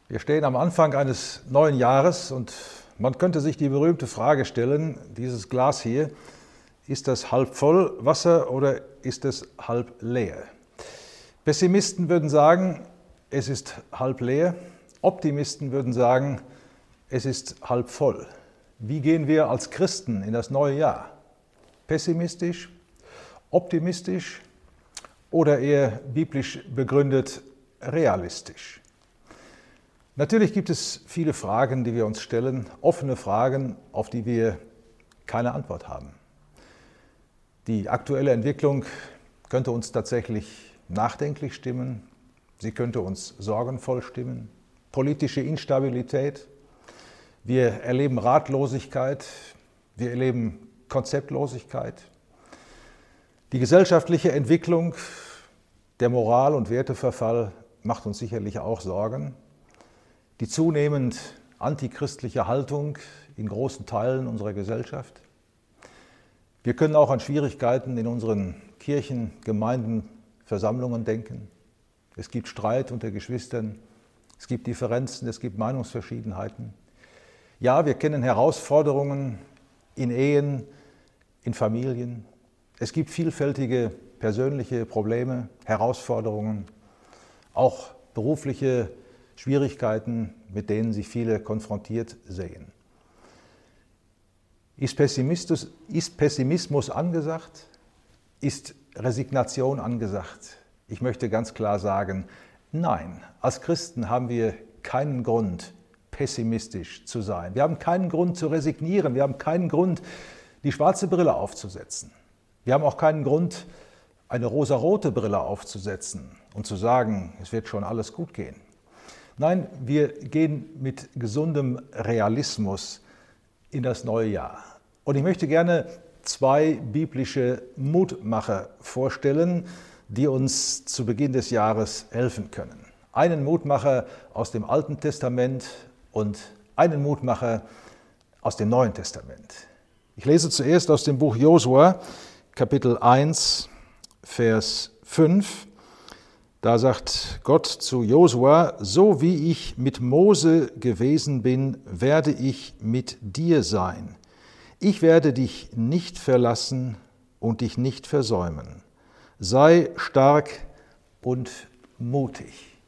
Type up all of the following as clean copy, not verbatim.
Wir stehen am Anfang eines neuen Jahres und man könnte sich die berühmte Frage stellen, dieses Glas hier, ist das halb voll Wasser oder ist es halb leer? Pessimisten würden sagen, es ist halb leer. Optimisten würden sagen, es ist halb voll. Wie gehen wir als Christen in das neue Jahr? Pessimistisch, optimistisch oder eher biblisch begründet realistisch? Natürlich gibt es viele Fragen, die wir uns stellen, offene Fragen, auf die wir keine Antwort haben. Die aktuelle Entwicklung könnte uns tatsächlich nachdenklich stimmen, sie könnte uns sorgenvoll stimmen. Politische Instabilität, wir erleben Ratlosigkeit, wir erleben Konzeptlosigkeit. Die gesellschaftliche Entwicklung, der Moral- und Werteverfall macht uns sicherlich auch Sorgen. Die zunehmend antichristliche Haltung in großen Teilen unserer Gesellschaft. Wir können auch an Schwierigkeiten in unseren Kirchen, Gemeinden, Versammlungen denken. Es gibt Streit unter Geschwistern, es gibt Differenzen, es gibt Meinungsverschiedenheiten. Ja, wir kennen Herausforderungen in Ehen, in Familien. Es gibt vielfältige persönliche Probleme, Herausforderungen, auch berufliche Schwierigkeiten, mit denen sich viele konfrontiert sehen. Ist Pessimismus angesagt? Ist Resignation angesagt? Ich möchte ganz klar sagen, nein, als Christen haben wir keinen Grund, pessimistisch zu sein. Wir haben keinen Grund zu resignieren, wir haben keinen Grund, die schwarze Brille aufzusetzen. Wir haben auch keinen Grund, eine rosarote Brille aufzusetzen und zu sagen, es wird schon alles gut gehen. Nein, wir gehen mit gesundem Realismus in das neue Jahr. Und ich möchte gerne zwei biblische Mutmacher vorstellen, die uns zu Beginn des Jahres helfen können. Einen Mutmacher aus dem Alten Testament und einen Mutmacher aus dem Neuen Testament. Ich lese zuerst aus dem Buch Josua, Kapitel 1, Vers 5. Da sagt Gott zu Josua, so wie ich mit Mose gewesen bin, werde ich mit dir sein. Ich werde dich nicht verlassen und dich nicht versäumen. Sei stark und mutig.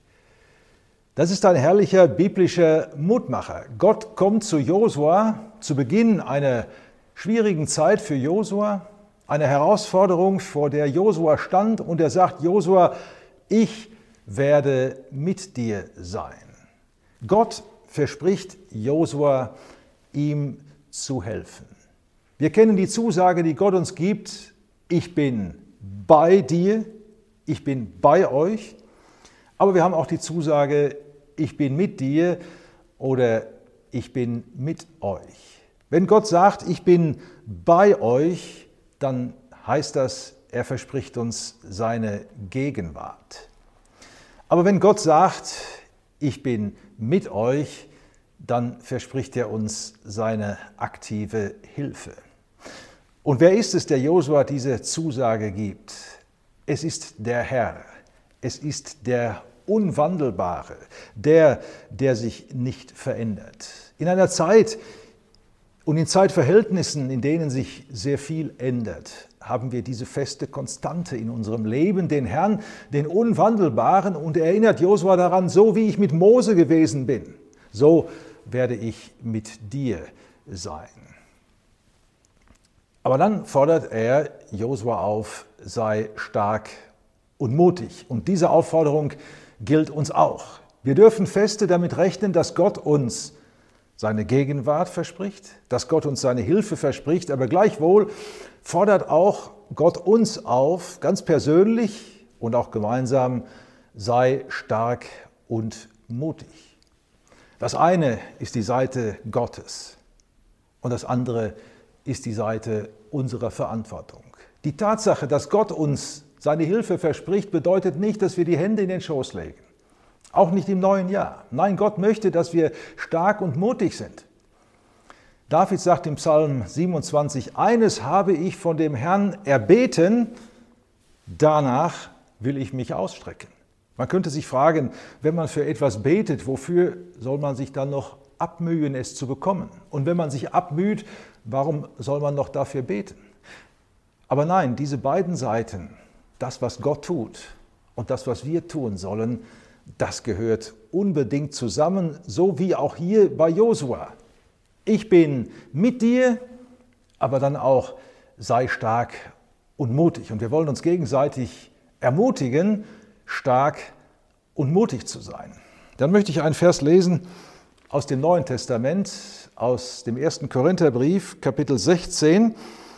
Das ist ein herrlicher biblischer Mutmacher. Gott kommt zu Josua zu Beginn einer schwierigen Zeit für Josua, eine Herausforderung, vor der Josua stand, und er sagt, Josua, ich werde mit dir sein. Gott verspricht Josua, ihm zu helfen. Wir kennen die Zusage, die Gott uns gibt, ich bin bei dir, ich bin bei euch, aber wir haben auch die Zusage, ich bin mit dir oder ich bin mit euch. Wenn Gott sagt, ich bin bei euch, dann heißt das, er verspricht uns seine Gegenwart. Aber wenn Gott sagt, ich bin mit euch, dann verspricht er uns seine aktive Hilfe. Und wer ist es, der Josua diese Zusage gibt? Es ist der Herr, es ist der Unwandelbare, der sich nicht verändert. In einer Zeit und in Zeitverhältnissen, in denen sich sehr viel ändert, haben wir diese feste Konstante in unserem Leben, den Herrn, den Unwandelbaren, und er erinnert Josua daran, so wie ich mit Mose gewesen bin, so werde ich mit dir sein. Aber dann fordert er Josua auf, sei stark und mutig. Und diese Aufforderung gilt uns auch. Wir dürfen feste damit rechnen, dass Gott uns seine Gegenwart verspricht, dass Gott uns seine Hilfe verspricht, aber gleichwohl fordert auch Gott uns auf, ganz persönlich und auch gemeinsam, sei stark und mutig. Das eine ist die Seite Gottes und das andere ist die Seite unserer Verantwortung. Die Tatsache, dass Gott uns seine Hilfe verspricht, bedeutet nicht, dass wir die Hände in den Schoß legen. Auch nicht im neuen Jahr. Nein, Gott möchte, dass wir stark und mutig sind. David sagt im Psalm 27, eines habe ich von dem Herrn erbeten, danach will ich mich ausstrecken. Man könnte sich fragen, wenn man für etwas betet, wofür soll man sich dann noch abmühen, es zu bekommen? Und wenn man sich abmüht, warum soll man noch dafür beten? Aber nein, diese beiden Seiten, das, was Gott tut und das, was wir tun sollen, das gehört unbedingt zusammen, so wie auch hier bei Josua. Ich bin mit dir, aber dann auch sei stark und mutig. Und wir wollen uns gegenseitig ermutigen, stark und mutig zu sein. Dann möchte ich einen Vers lesen aus dem Neuen Testament, aus dem 1. Korintherbrief, Kapitel 16,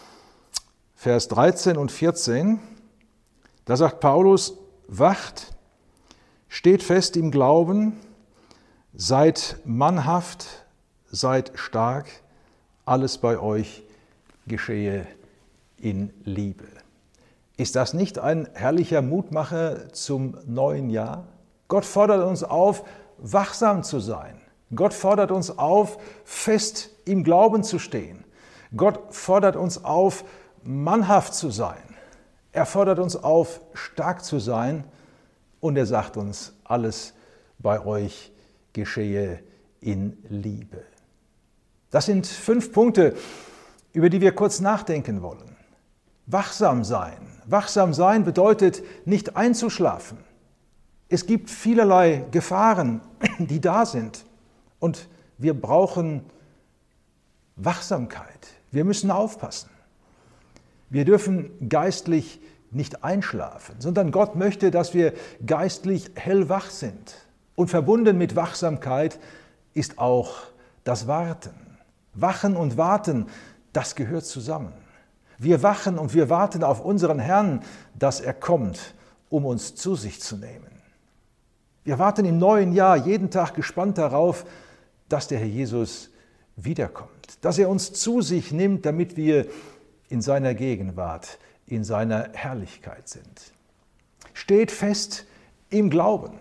Vers 13 und 14. Da sagt Paulus, wacht, steht fest im Glauben, seid mannhaft, seid stark, alles bei euch geschehe in Liebe. Ist das nicht ein herrlicher Mutmacher zum neuen Jahr? Gott fordert uns auf, wachsam zu sein. Gott fordert uns auf, fest im Glauben zu stehen. Gott fordert uns auf, mannhaft zu sein. Er fordert uns auf, stark zu sein. Und er sagt uns, alles bei euch geschehe in Liebe. Das sind 5 Punkte, über die wir kurz nachdenken wollen. Wachsam sein. Wachsam sein bedeutet, nicht einzuschlafen. Es gibt vielerlei Gefahren, die da sind. Und wir brauchen Wachsamkeit. Wir müssen aufpassen. Wir dürfen geistlich nicht einschlafen, sondern Gott möchte, dass wir geistlich hellwach sind. Und verbunden mit Wachsamkeit ist auch das Warten. Wachen und warten, das gehört zusammen. Wir wachen und wir warten auf unseren Herrn, dass er kommt, um uns zu sich zu nehmen. Wir warten im neuen Jahr jeden Tag gespannt darauf, dass der Herr Jesus wiederkommt, dass er uns zu sich nimmt, damit wir in seiner Gegenwart, in seiner Herrlichkeit sind. Steht fest im Glauben.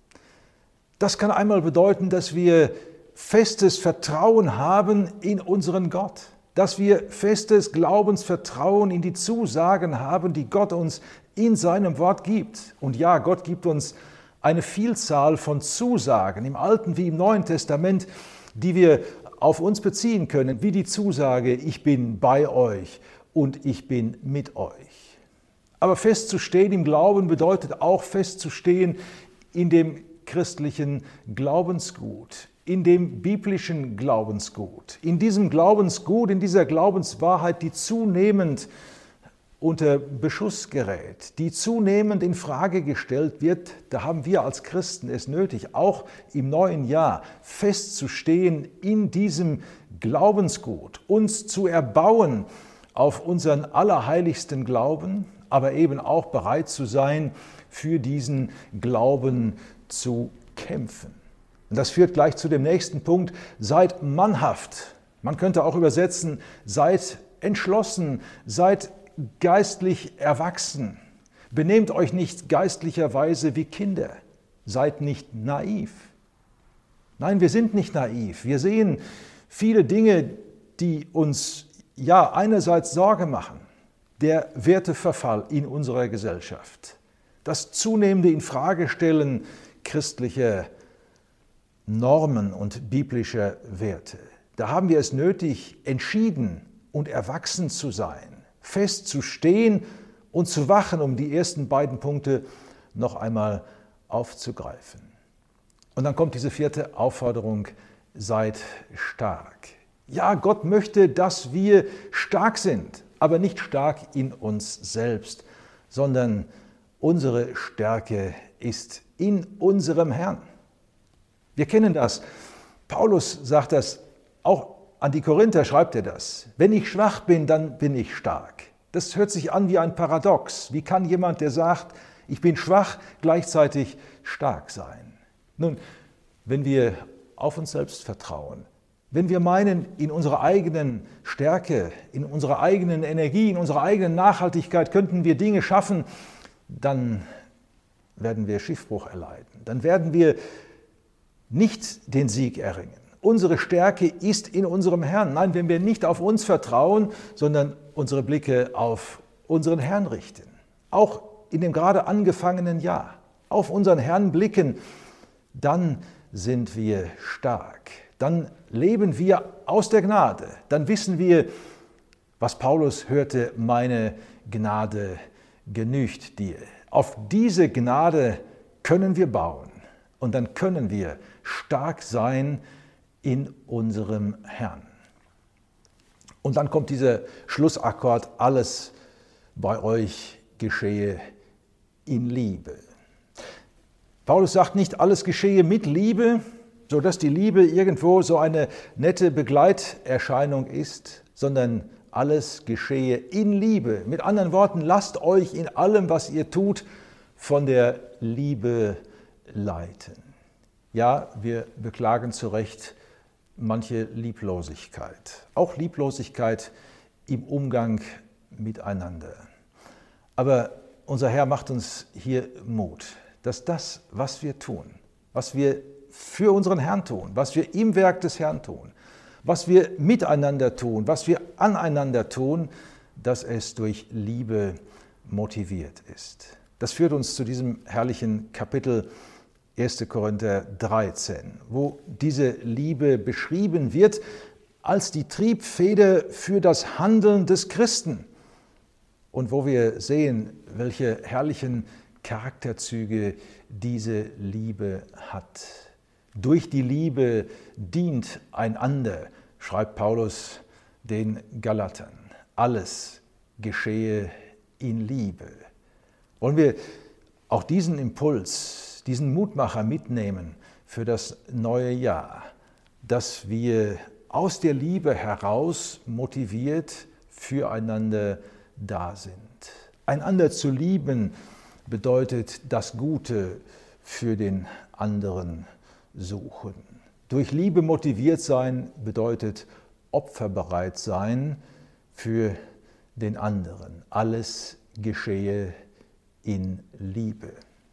Das kann einmal bedeuten, dass wir festes Vertrauen haben in unseren Gott, dass wir festes Glaubensvertrauen in die Zusagen haben, die Gott uns in seinem Wort gibt. Und ja, Gott gibt uns eine Vielzahl von Zusagen im Alten wie im Neuen Testament, die wir auf uns beziehen können, wie die Zusage, ich bin bei euch und ich bin mit euch. Aber festzustehen im Glauben bedeutet auch festzustehen in dem christlichen Glaubensgut, in dem biblischen Glaubensgut, in diesem Glaubensgut, in dieser Glaubenswahrheit, die zunehmend unter Beschuss gerät, die zunehmend in Frage gestellt wird. Da haben wir als Christen es nötig, auch im neuen Jahr festzustehen in diesem Glaubensgut, uns zu erbauen auf unseren allerheiligsten Glauben, aber eben auch bereit zu sein, für diesen Glauben zu kämpfen. Und das führt gleich zu dem nächsten Punkt, seid mannhaft. Man könnte auch übersetzen, seid entschlossen, seid geistlich erwachsen. Benehmt euch nicht geistlicherweise wie Kinder. Seid nicht naiv. Nein, wir sind nicht naiv. Wir sehen viele Dinge, die uns einerseits Sorge machen. Der Werteverfall in unserer Gesellschaft. Das zunehmende Infragestellen christlicher Normen und biblischer Werte. Da haben wir es nötig, entschieden und erwachsen zu sein, fest zu stehen und zu wachen, um die ersten beiden Punkte noch einmal aufzugreifen. Und dann kommt diese 4. Aufforderung, seid stark. Ja, Gott möchte, dass wir stark sind, aber nicht stark in uns selbst, sondern unsere Stärke ist in unserem Herrn. Wir kennen das. Paulus sagt das, auch an die Korinther schreibt er das. Wenn ich schwach bin, dann bin ich stark. Das hört sich an wie ein Paradox. Wie kann jemand, der sagt, ich bin schwach, gleichzeitig stark sein? Nun, wenn wir auf uns selbst vertrauen, wenn wir meinen, in unserer eigenen Stärke, in unserer eigenen Energie, in unserer eigenen Nachhaltigkeit könnten wir Dinge schaffen, dann werden wir Schiffbruch erleiden. Dann werden wir nicht den Sieg erringen. Unsere Stärke ist in unserem Herrn. Nein, wenn wir nicht auf uns vertrauen, sondern unsere Blicke auf unseren Herrn richten. Auch in dem gerade angefangenen Jahr. auf unseren Herrn blicken, dann sind wir stark. Dann leben wir aus der Gnade. Dann wissen wir, was Paulus hörte, meine Gnade genügt dir. Auf diese Gnade können wir bauen und dann können wir stark sein in unserem Herrn. Und dann kommt dieser Schlussakkord, alles bei euch geschehe in Liebe. Paulus sagt nicht, alles geschehe mit Liebe, sodass die Liebe irgendwo so eine nette Begleiterscheinung ist, sondern alles geschehe in Liebe. Mit anderen Worten, lasst euch in allem, was ihr tut, von der Liebe leiten. Ja, wir beklagen zu Recht manche Lieblosigkeit, auch Lieblosigkeit im Umgang miteinander. Aber unser Herr macht uns hier Mut, dass das, was wir tun, was wir für unseren Herrn tun, was wir im Werk des Herrn tun, was wir miteinander tun, was wir aneinander tun, dass es durch Liebe motiviert ist. Das führt uns zu diesem herrlichen Kapitel 1. Korinther 13, wo diese Liebe beschrieben wird als die Triebfeder für das Handeln des Christen und wo wir sehen, welche herrlichen Charakterzüge diese Liebe hat. Durch die Liebe dient einander, schreibt Paulus den Galatern. Alles geschehe in Liebe. Wollen wir auch diesen Impuls, diesen Mutmacher mitnehmen für das neue Jahr, dass wir aus der Liebe heraus motiviert füreinander da sind. Einander zu lieben bedeutet das Gute für den anderen suchen. Durch Liebe motiviert sein bedeutet opferbereit sein für den anderen. Alles geschehe in Liebe.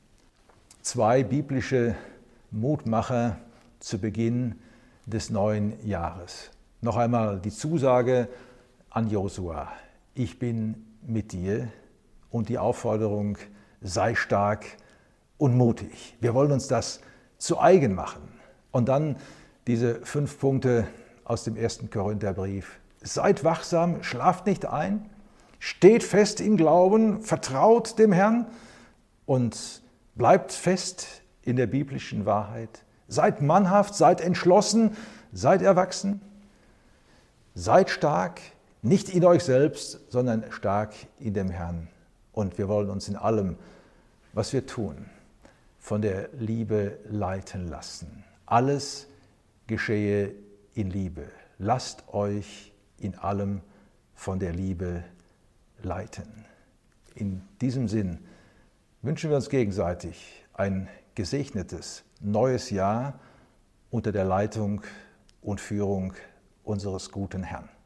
2 biblische Mutmacher zu Beginn des neuen Jahres. Noch einmal die Zusage an Josua: Ich bin mit dir, und die Aufforderung: sei stark und mutig. Wir wollen uns das zu eigen machen. Und dann diese 5 Punkte aus dem 1. Korintherbrief. Seid wachsam, schlaft nicht ein, steht fest im Glauben, vertraut dem Herrn und bleibt fest in der biblischen Wahrheit. Seid mannhaft, seid entschlossen, seid erwachsen, seid stark, nicht in euch selbst, sondern stark in dem Herrn. Und wir wollen uns in allem, was wir tun, von der Liebe leiten lassen. Alles geschehe in Liebe. Lasst euch in allem von der Liebe leiten. In diesem Sinn wünschen wir uns gegenseitig ein gesegnetes neues Jahr unter der Leitung und Führung unseres guten Herrn.